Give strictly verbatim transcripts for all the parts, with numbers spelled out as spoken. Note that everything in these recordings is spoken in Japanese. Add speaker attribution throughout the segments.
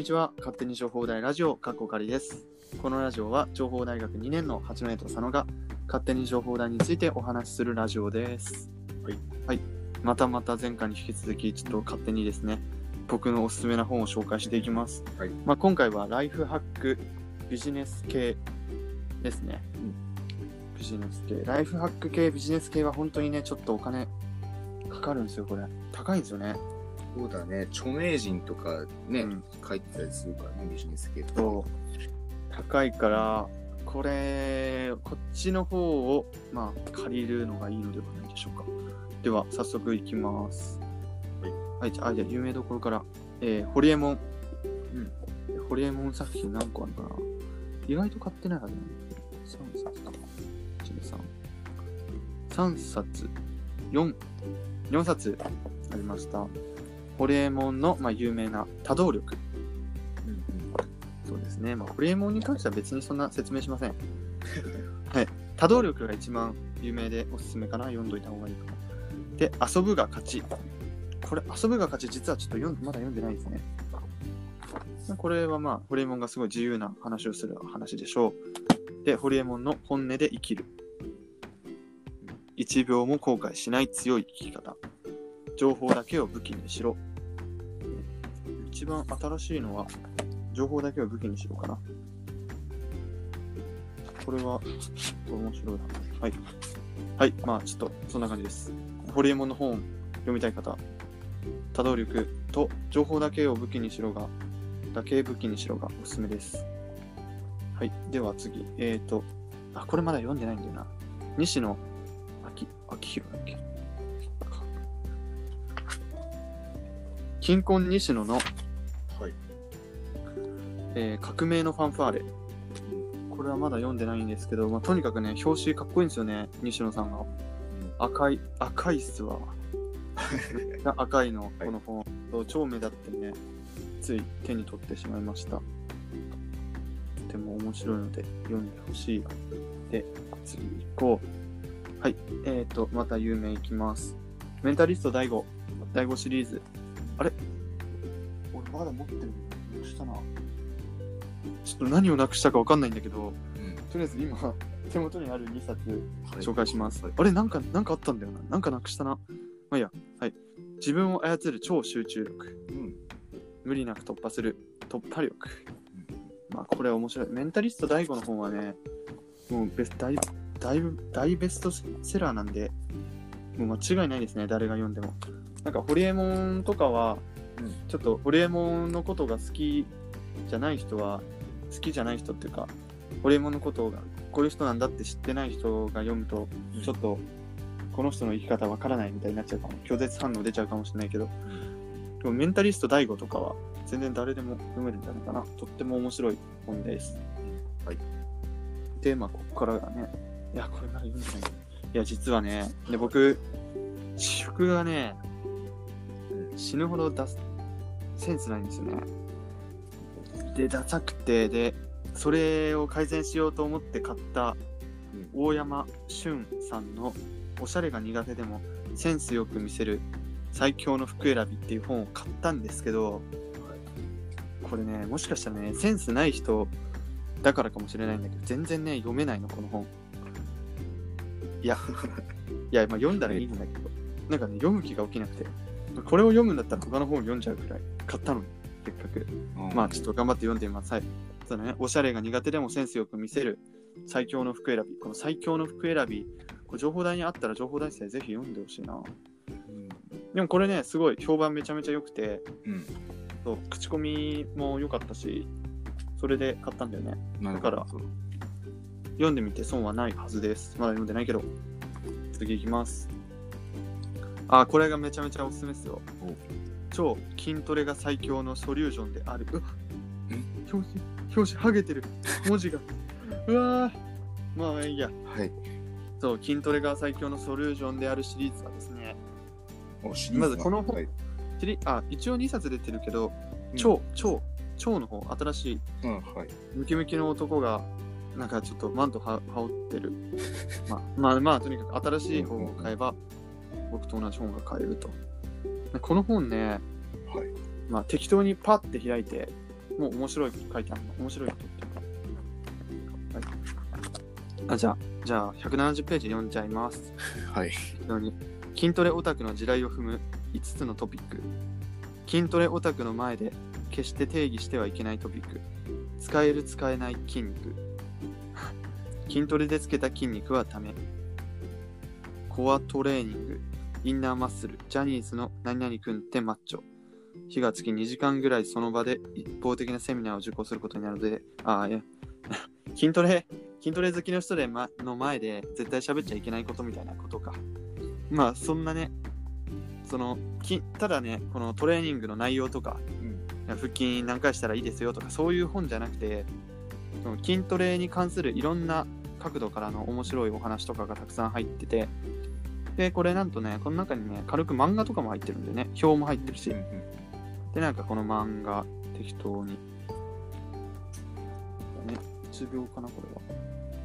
Speaker 1: にちは。勝手に情報大ラジオかっこかりです。このラジオは情報大学にねんの八戸と佐野が勝手に情報大についてお話しするラジオです。はい、はい、またまた前回に引き続きちょっと勝手にですね、僕のおすすめな本を紹介していきます。はい、まあ、今回はライフハックビジネス系ですね、うん、ビジネス系ライフハック系ビジネス系は本当にねちょっとお金かかるんですよ。これ高いんですよね。
Speaker 2: そうだね、著名人とかね、うん、書いてたりするからね、ビジネス系と
Speaker 1: 高いから、これこっちの方をまあ借りるのがいいのではないでしょうか。では早速いきます。はい、はい、じゃあ、じゃあ有名どころから、えー、ホリエモン、うん、ホリエモン作品何個あるかな。意外と買ってないはずなんだけど、さんさつかな。いち、に、さん、さんさつ、よん、よんさつありました。ホリエモンの、まあ、有名な多動力、うんうん、そうですね、まあ、ホリエモンに関しては別にそんな説明しませんはい、多動力が一番有名でおすすめかな。読んどいた方がいいかな。で、遊ぶが勝ち。これ遊ぶが勝ち、実はちょっと読んまだ読んでないですね。これはまあホリエモンがすごい自由な話をする話でしょう。で、ホリエモンの本音で生きる、一秒も後悔しない強い生き方、情報だけを武器にしろ。一番新しいのは情報だけを武器にしろかな。これはちょっと面白いな。はいはい、まあちょっとそんな感じです。ホリエモンの本読みたい方、多動力と情報だけを武器にしろがだけ武器にしろがおすすめです。はい、では次、えーとあこれまだ読んでないんだよな。西野昭弘だっけ。貧困西野の、はいえー、革命のファンファーレ。これはまだ読んでないんですけど、まあ、とにかくね表紙かっこいいんですよね。西野さんが、うん、赤い赤いっすわ赤いのこの本、はい、超目立ってねつい手に取ってしまいました。とても面白いので読んでほしい。で次行こう。はい、えーとまた有名いきます。メンタリストだいごだいごシリーズ。あれ俺まだ持ってるのなくしたな。ちょっと何をなくしたか分かんないんだけど、うん、とりあえず今手元にあるにさつ紹介します。はい、あれなんかなんかあったんだよな。なんかなくしたな。まあいいや。はい。自分を操る超集中力、うん、無理なく突破する突破力、うん、まあこれは面白い。メンタリストだいごの本はねもうベス大大大ベストセラーなんでもう間違いないですね。誰が読んでも。なんかホリエモンとかは、うん、ちょっとホリエモンのことが好きじゃない人は好きじゃない人っていうかホリエモンのことがこういう人なんだって知ってない人が読むと、うん、ちょっとこの人の生き方わからないみたいになっちゃうかも。拒絶反応出ちゃうかもしれないけど、うん、でもメンタリストだいごとかは全然誰でも読めるんじゃないかな。とっても面白い本です。はい。でまあここからがね、いやこれまだ読んでない。いや実はね、で僕私服がね死ぬほど出すセンスないんですよね。でダサくて、でそれを改善しようと思って買った大山俊さんのおしゃれが苦手でもセンスよく見せる最強の服選びっていう本を買ったんですけど、これねもしかしたらねセンスない人だからかもしれないんだけど全然ね読めないのこの本。いやいやまあ読んだらいいんだけどなんかね読む気が起きなくて、これを読むんだったら他の本を読んじゃうくらい買ったのにせっかく、うん、まあちょっと頑張って読んでみます。はい。そうだね、おしゃれが苦手でもセンスよく見せる最強の服選び。この最強の服選び、これ情報台にあったら情報台生ぜひ読んでほしいな、うん、でもこれねすごい評判めちゃめちゃ良くて、うん、そう口コミも良かったしそれで買ったんだよね。だから読んでみて損はないはずです。まだ読んでないけど次いきます。あ、これがめちゃめちゃおすすめですよ。超筋トレが最強のソリューションである。うわ表紙表紙剥げてる文字がうわーまあいいや。はい。そう筋トレが最強のソリューションであるシリーズはですね、まずこの本、はい、あ一応にさつ出てるけど、うん、超超超の方新しい、うんはい、ムキムキの男がなんかちょっとマントは羽織ってるまあまあまあとにかく新しい本を買えば、うんうん、僕と同じ本が買えると。この本ね、はい、まあ適当にパッて開いてもう面白い書いてあるの。面白い人っていうか。はい。あ、じゃあ、じゃあ、ひゃくななじゅうページ読んじゃいます。
Speaker 2: はい。
Speaker 1: 筋トレオタクの地雷を踏むいつつのトピック。筋トレオタクの前で決して定義してはいけないトピック。使える使えない筋肉。筋トレでつけた筋肉はダメ。コアトレーニング。インナーマッスル。ジャニーズの何々くんってマッチョ。日が月にじかんぐらいその場で一方的なセミナーを受講することになるので、ああ、いや、筋トレ、筋トレ好きの人で、ま、の前で絶対喋っちゃいけないことみたいなことか。まあ、そんなね、その、きただね、このトレーニングの内容とか、うん、腹筋何回したらいいですよとか、そういう本じゃなくて、その筋トレに関するいろんな角度からの面白いお話とかがたくさん入ってて、で、これなんとね、この中にね、軽く漫画とかも入ってるんでね、表も入ってるし、うんうん、で、なんかこの漫画、適当に。ね、うつ病かな、これ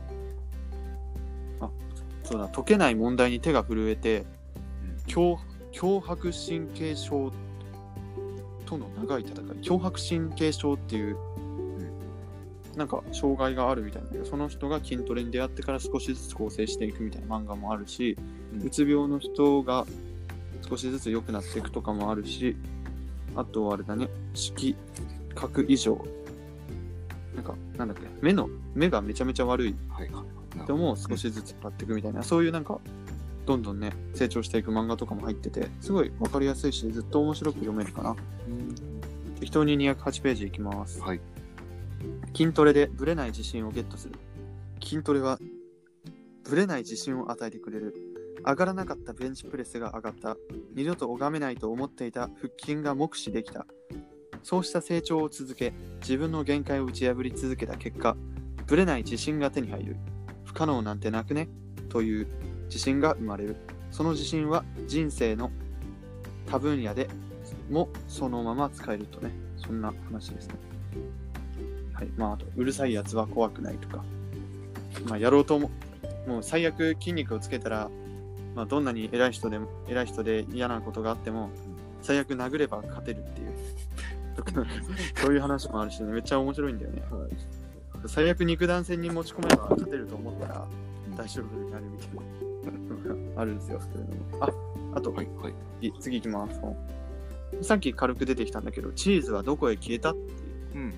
Speaker 1: は。あ、そうだ、解けない問題に手が震えて、強、強迫神経症との長い戦い。強迫神経症っていう、なんか障害があるみたいなけど、その人が筋トレに出会ってから少しずつ構成していくみたいな漫画もあるし、うん、うつ病の人が少しずつ良くなっていくとかもあるし、あとあれだね、色覚異常。なんか、なんだっけ、目の、目がめちゃめちゃ悪い人も少しずつ変わっていくみたいな、そういうなんか、どんどんね、成長していく漫画とかも入ってて、すごい分かりやすいし、ずっと面白く読めるかな。うん、適当ににひゃくはちページいきます。はい。筋トレでブレない自信をゲットする。筋トレはブレない自信を与えてくれる。上がらなかったベンチプレスが上がった。二度と拝めないと思っていた腹筋が目視できた。そうした成長を続け、自分の限界を打ち破り続けた結果、ブレない自信が手に入る。不可能なんてなくねという自信が生まれる。その自信は人生の多分野でもそのまま使えるとね。そんな話ですね。はい。まあ、あと、うるさいやつは怖くないとか。まあ、やろうと思う。もう最悪筋肉をつけたら、まあ、どんなに偉い人でも、偉い人で嫌なことがあっても、最悪殴れば勝てるっていう。そういう話もあるしね、めっちゃ面白いんだよね。はい、最悪肉弾戦に持ち込めば勝てると思ったら、大丈夫になるみたいな。あるんですよ、そういうのも。あ、あと、はいはい、次行きます。さっき軽く出てきたんだけど、チーズはどこへ消えたっていう。うん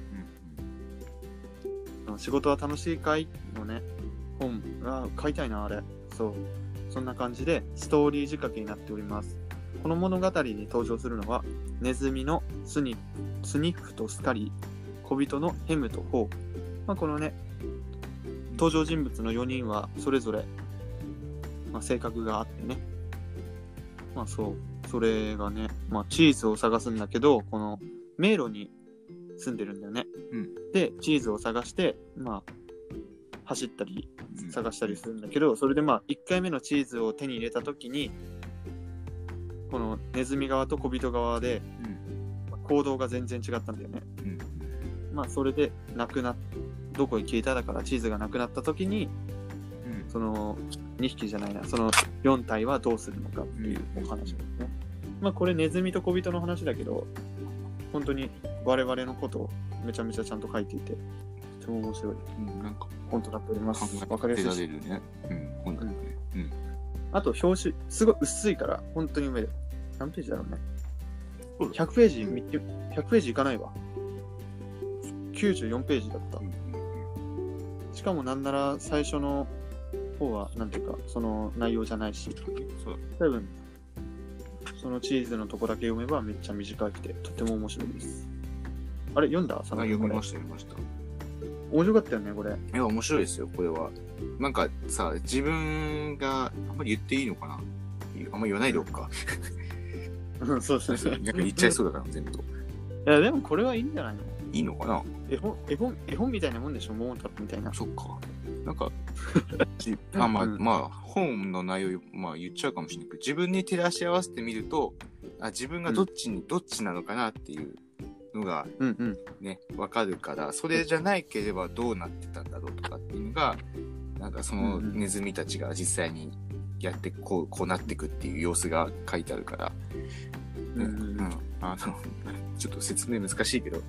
Speaker 1: 仕事は楽しいかいのね、本が買いたいな、あれ。そう。そんな感じで、ストーリー仕掛けになっております。この物語に登場するのは、ネズミのスニスニッフとスカリー、小人のヘムとホー。まあ、このね、登場人物のよにんは、それぞれ、まあ、性格があってね。まあそう。それがね、まあチーズを探すんだけど、この迷路に住んでるんだよね。うん、で、チーズを探して、まあ、走ったり、探したりするんだけど、うん、それでまあ、いっかいめのチーズを手に入れたときに、このネズミ側と小人側で、うん、行動が全然違ったんだよね。うん、まあ、それで、なくなっ、どこへ消えただから、チーズがなくなったときに、うん、その、にひきじゃないな、そのよん体はどうするのかっていうお話ですね。うん、まあ、これネズミと小人の話だけど、本当に我々のことをめちゃめちゃちゃんと書いていて、とても面白い、うん、なんか本となっております。わかりやすいし、ね、うん、本だね、うんうん。あと表紙すごい薄いから本当に読める。何ページだろうね。ひゃくページ見て、ひゃくページいかないわ。きゅうじゅうよんページだった。うん、しかもなんなら最初の方はなんていうかその内容じゃないし、多分。そのチーズのとこだけ読めばめっちゃ短くてとても面白いです。あれ読んだ？
Speaker 2: その読みました読みました。
Speaker 1: 面白かったよねこれ。
Speaker 2: いや面白いですよこれは。なんかさ自分があんまり言っていいのかな。あんまり言わないでおくか。
Speaker 1: うんそうそうそう。
Speaker 2: なんか言っちゃいそうだから全部と。い
Speaker 1: やでもこれはいいんじゃないの？
Speaker 2: いいのかな。
Speaker 1: 絵本絵本絵本みたいなもんでしょモータルみたいな。
Speaker 2: そっか。なんかあまあ、うん、まあ本の内容まあ言っちゃうかもしれないけど自分に照らし合わせてみるとあ自分がどっちに、うん、どっちなのかなっていうのがね、うんうん、分かるからそれじゃないければどうなってたんだろうとかっていうのがなんかそのネズミたちが実際にやってこうこうなっていくっていう様子が書いてあるから、うんうんうん、あのちょっと説明難しいけど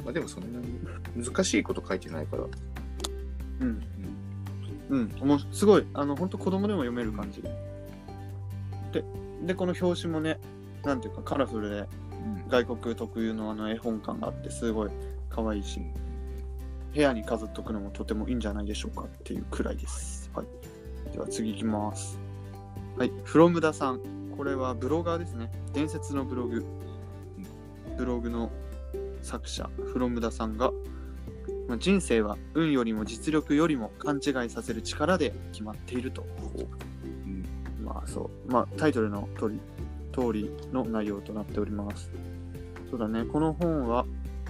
Speaker 2: まあでもそんなに難しいこと書いてないから。
Speaker 1: うん。うん。もうすごい、あの、本当子供でも読める感じ。で、で、この表紙もね、なんていうかカラフルで、
Speaker 2: うん、
Speaker 1: 外国特有のあの絵本感があって、すごい可愛いし、部屋に飾っとくのもとてもいいんじゃないでしょうかっていうくらいです。はい。では次行きます。はい。フロムダさん。これはブロガーですね。伝説のブログ。ブログの作者、フロムダさんが、まあ、人生は運よりも実力よりも勘違いさせる力で決まっていると。うん、まあそう。まあタイトルの通り、通りの内容となっております。そうだね。この本は、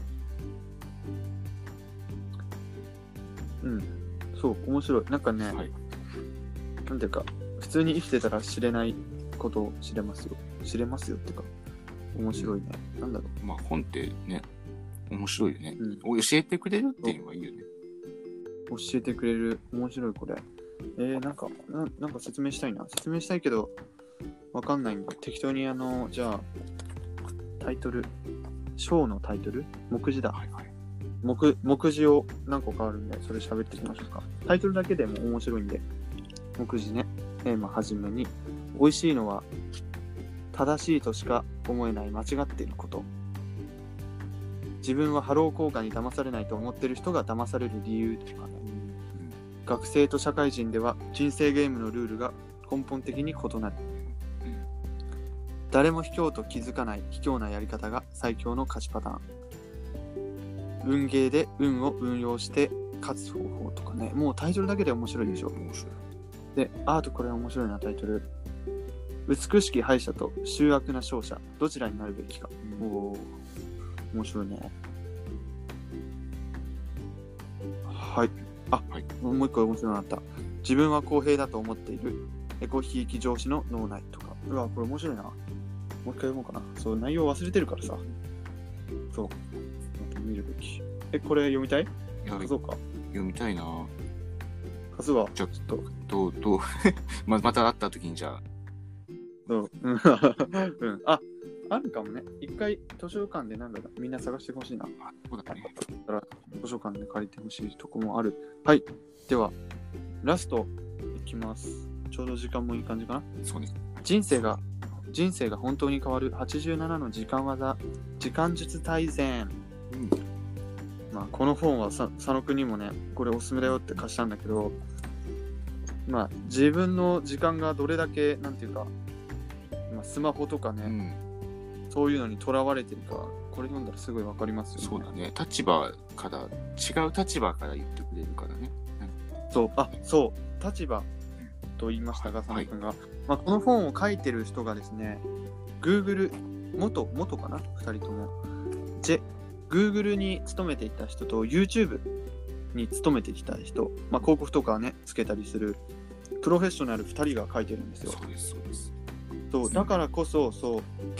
Speaker 1: うん。そう、面白い。なんかね、はい、なんていうか、普通に生きてたら知れないことを知れますよ。知れますよってか、面白いね。うん、なんだろ
Speaker 2: う。まあ本ってね、面白いよね。うん、教えてくれるっていうのがいいよね。
Speaker 1: 教えてくれる。面白いこれ。えー、なんかな、なんか説明したいな。説明したいけど、わかんないんで、適当にあの、じゃあ、タイトル、章のタイトル目次だ。はいはい。目、目次を何個かあるんで、それ喋っていきましょうか。タイトルだけでも面白いんで、目次ね。テーマはじめに、美味しいのは正しいとしか思えない間違っていること。自分はハロー効果に騙されないと思っている人が騙される理由とかね、うん、学生と社会人では人生ゲームのルールが根本的に異なる、うん、誰も卑怯と気づかない卑怯なやり方が最強の勝ちパターン。運ゲーで運を運用して勝つ方法とかね、もうタイトルだけで面白いでしょ。面白い。で、アート、これ面白いな。タイトル、美しき敗者と醜悪な勝者、どちらになるべきか。うん、おー、面白いね。はい。あ、はい、もう一個面白くなった。自分は公平だと思っているエコひいき上司の脳内とか。うわ、これ面白いな。もう一回読もうかな。そう、内容忘れてるからさ。そう。見るべき。え、これ読みたい？そうか。
Speaker 2: 読みたいな。
Speaker 1: 数は
Speaker 2: ちょっと、どう、どう、ま、また会った時にじゃあ。
Speaker 1: そう。うん。あ、あるかもね。一回図書館でなんだろう、みんな探してほしいな。
Speaker 2: あ、そうだね。
Speaker 1: だから図書館で借りてほしいとこもある。はい。では、ラストいきます。ちょうど時間もいい感じかな。
Speaker 2: そうです。
Speaker 1: 人生が、人生が本当に変わるはちじゅうななの時間技、時間術大全。うん、まあ、この本はさ佐野くんにもね、これおすすめだよって貸したんだけど、まあ、自分の時間がどれだけ、なんていうか、まあ、スマホとかね、うん、そういうのにとらわれてるか、これ読んだらすごいわかりますよね。
Speaker 2: そうだね。立場から、違う立場から言ってくれるからね。
Speaker 1: うん、そう、あ、そう、立場と言いましたが、佐野くんが。はい、まあ、この本を書いてる人がですね、Google、元、元かなふたりとも。ジェ Google に勤めていた人と YouTube に勤めてきた人、まあ、広告とかねつけたりするプロフェッショナルふたりが書いてるんですよ。
Speaker 2: そうですそうです。
Speaker 1: そうだからこそ、そう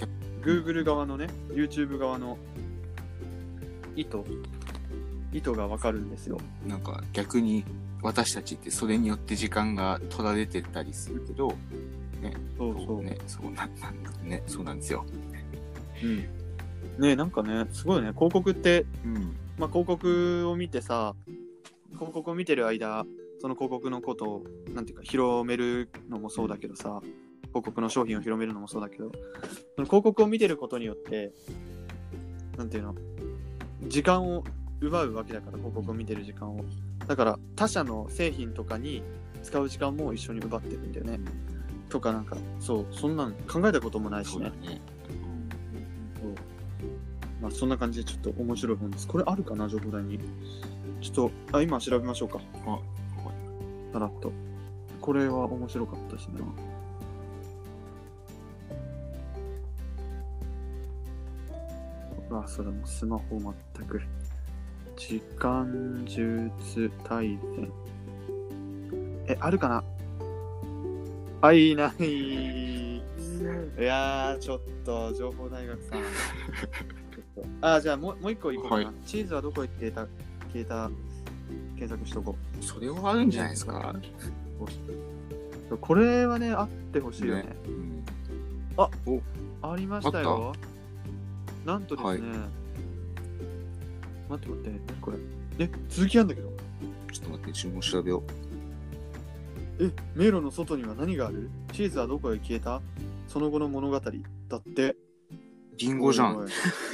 Speaker 1: Google 側のね YouTube 側の意図意図がわかるんですよ。
Speaker 2: なんか逆に私たちってそれによって時間が取られてたりするけどね。
Speaker 1: そうそう
Speaker 2: ね、そうなんなんね、そうなんですよ。
Speaker 1: うん。ねえ、なんかね、すごいね、広告って、うん、まあ広告を見てさ、広告を見てる間、その広告のことを、なんていうか、広めるのもそうだけどさ、広告の商品を広めるのもそうだけど、その広告を見てることによって、なんていうの、時間を奪うわけだから、広告を見てる時間を。だから、他社の製品とかに使う時間も一緒に奪ってるんだよね。とかなんか、そう、そんなん考えたこともないしね。まあ、そんな感じでちょっと面白い本です。これあるかな、情報台に。ちょっと、あ、今調べましょうか。あ、はい。さらっと。これは面白かったしな。あ、それもスマホ全く。時間術大全。え、あるかなあ、いない。いやー、ちょっと、情報大学さん。あ、じゃあもう、もう一個いこうかな、はい。チーズはどこへ消えた、消えた、検索しとこ
Speaker 2: う。それはあるんじゃないですか。
Speaker 1: これはね、あってほしいよね。ね、うん、あ、ありましたよ。なんとですね、はい、 待って待って、何これ。え、続きあんだけど。
Speaker 2: ちょっと待って、自分も調べよ
Speaker 1: え、迷路の外には何がある？チーズはどこへ消えた？その後の物語。だって。
Speaker 2: リンゴじゃん。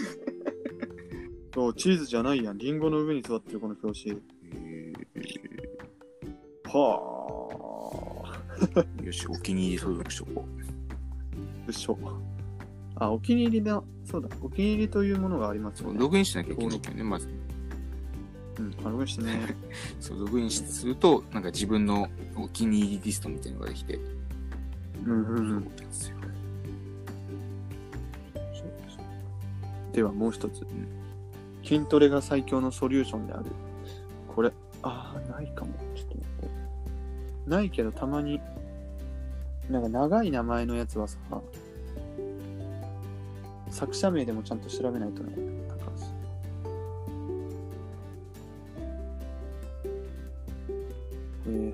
Speaker 1: そう、チーズじゃないやん。リンゴの上に座ってるこの表紙。
Speaker 2: え
Speaker 1: ー、は
Speaker 2: あ。よし、お気に入り登録しとこ
Speaker 1: う。よいしょ。あ、お気に入りだ。そうだ。お気に入りというものがありますよね。
Speaker 2: ログインしなきゃいけないけどね、まず。
Speaker 1: うん、ログインしてね。
Speaker 2: そう、ログインすると、なんか自分のお気に入りリストみたいなのができて。
Speaker 1: うんうんうん。ではもう一つ、うん、筋トレが最強のソリューションである。これ、ああ、ないかも。ちょっと待って。ないけどたまに、なんか長い名前のやつはさ、作者名でもちゃんと調べないとね。高橋。えー、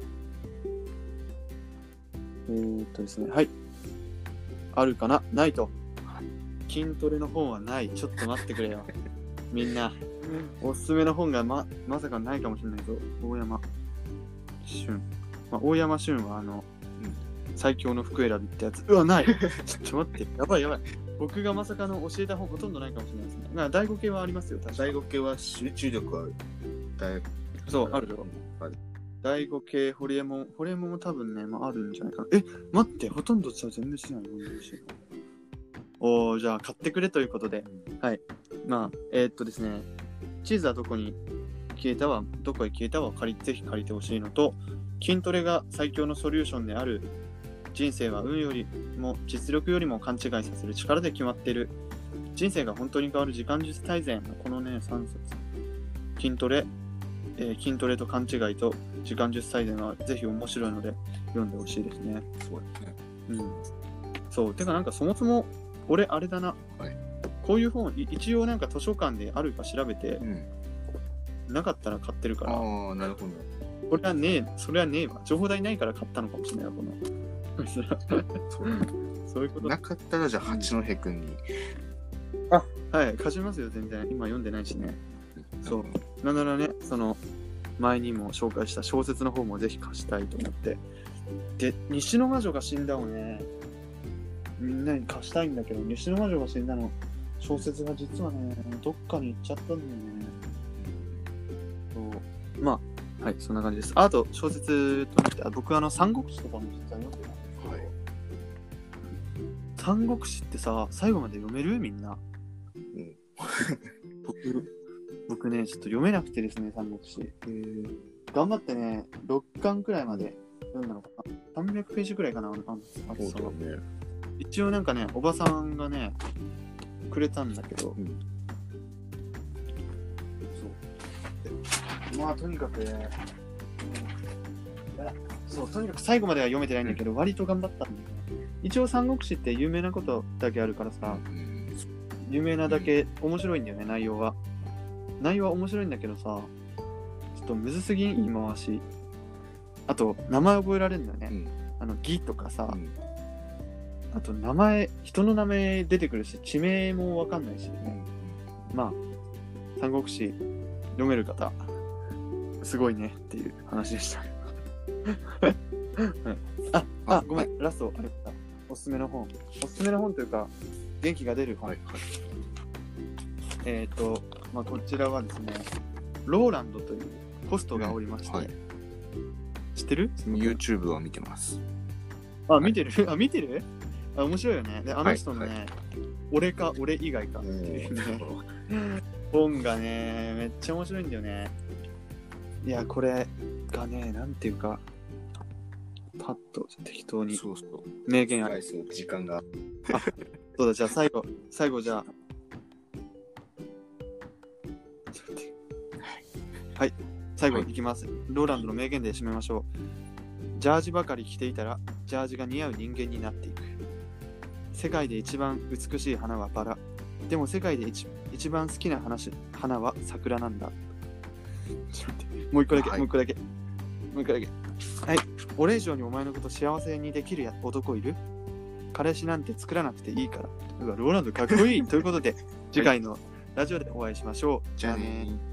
Speaker 1: えー、っとですね、はい。あるかな？ないと。筋トレの本はない。ちょっと待ってくれよ。みんな、おすすめの本がま、まさかないかもしれないぞ。大山俊。まあ、大山俊はあの、うん、最強の服選びってやつ。うわ、ない。ちょっと待って。やばいやばい。僕がまさかの教えた本ほとんどないかもしれないですね。まあ、第五系はありますよ。
Speaker 2: 第五系は集中力ある。
Speaker 1: 第そう、あるよ。ある。第五系、ホリエモン。ホリエモンも多分ね、まあ、あるんじゃないかな。え、待って。ほとんどじゃ全然しない。おー、じゃあ買ってくれということで、はい。まあ、えー、っとですね、チーズはどこに消えたは、どこへ消えたは借りぜひ借りてほしいのと、筋トレが最強のソリューションである、人生は運よりも実力よりも勘違いさせる力で決まっている、人生が本当に変わる時間術大全のこのね、さんさつ。筋トレ、えー、筋トレと勘違いと時間術大全はぜひ面白いので読んでほしいですね。
Speaker 2: そうですね。
Speaker 1: うん。そう、てかなんかそもそも、俺あれだな、はい、こういう本一応なんか図書館であるか調べて、うん、なかったら買ってるから。
Speaker 2: ああ、なるほど。
Speaker 1: これはねえ、それはねえわ。情報代ないから買ったのかもしれないわ、この。そうそういうこと。
Speaker 2: なかったらじゃあ八戸くんに。
Speaker 1: あ、はい、貸しますよ全然。今読んでないしね。そう。なんならね、その前にも紹介した小説の方もぜひ貸したいと思って。で、西の魔女が死んだをね。みんなに貸したいんだけど、西の魔女が死んだの小説が実はね、どっかに行っちゃったんだよね。そうまあ、はい、そんな感じです。あと、小説として、僕あの、三国志とかも実は読んでたんですけど、はい、三国志ってさ、最後まで読める？みんな。うん、僕、僕ね、ちょっと読めなくてですね、三国志。えー、頑張ってね、ろっかんくらいまで読んだのかな。さんびゃくページくらいかな、あの、あとさ。そうだね。一応なんかね、おばさんがね、くれたんだけど、うん、そう。まあ、とにかくね、そう、とにかく最後までは読めてないんだけど、うん、割と頑張ったんだよね。一応三国志って有名なことだけあるからさ、うん、有名なだけ面白いんだよね、内容は。内容は面白いんだけどさ、ちょっとむずすぎん、言い回し。あと、名前覚えられるんだよね。うん、あの、義とかさ、うん、あと名前、人の名前出てくるし、地名もわかんないし、ね、まあ、三国志読める方、すごいねっていう話でした。あ、あ、ごめん、ラスト、あれだ。おすすめの本。おすすめの本というか、元気が出る本。はいはい、えっと、まあ、こちらはですね、ローランドというホストがおりまして、うんはい、知ってる？
Speaker 2: YouTube は見てます。
Speaker 1: あ、見てる？あ、見てる？あ、面白いよね。で、あの人のね、はいはい、俺か俺以外かっていうね、本がね、めっちゃ面白いんだよね。いや、これがね、なんていうか、パッと適当に
Speaker 2: そうそう
Speaker 1: 名言ある。
Speaker 2: 時間が。
Speaker 1: あ、そうだ、じゃあ最後、最後じゃあ、はい、最後いきます、はい。ローランドの名言で締めましょう。ジャージばかり着ていたら、ジャージが似合う人間になっていく。世界で一番美しい花はバラ。でも世界で 一, 一番好きな話花は桜なんだ。ちょっと待って、もう一個だけ、はい、もう一個だけ。もう一個だけ。はい。俺以上にお前のこと幸せにできるや男いる？彼氏なんて作らなくていいから。うわ、ローランドかっこいいということで、次回のラジオでお会いしましょう。
Speaker 2: じゃあねー。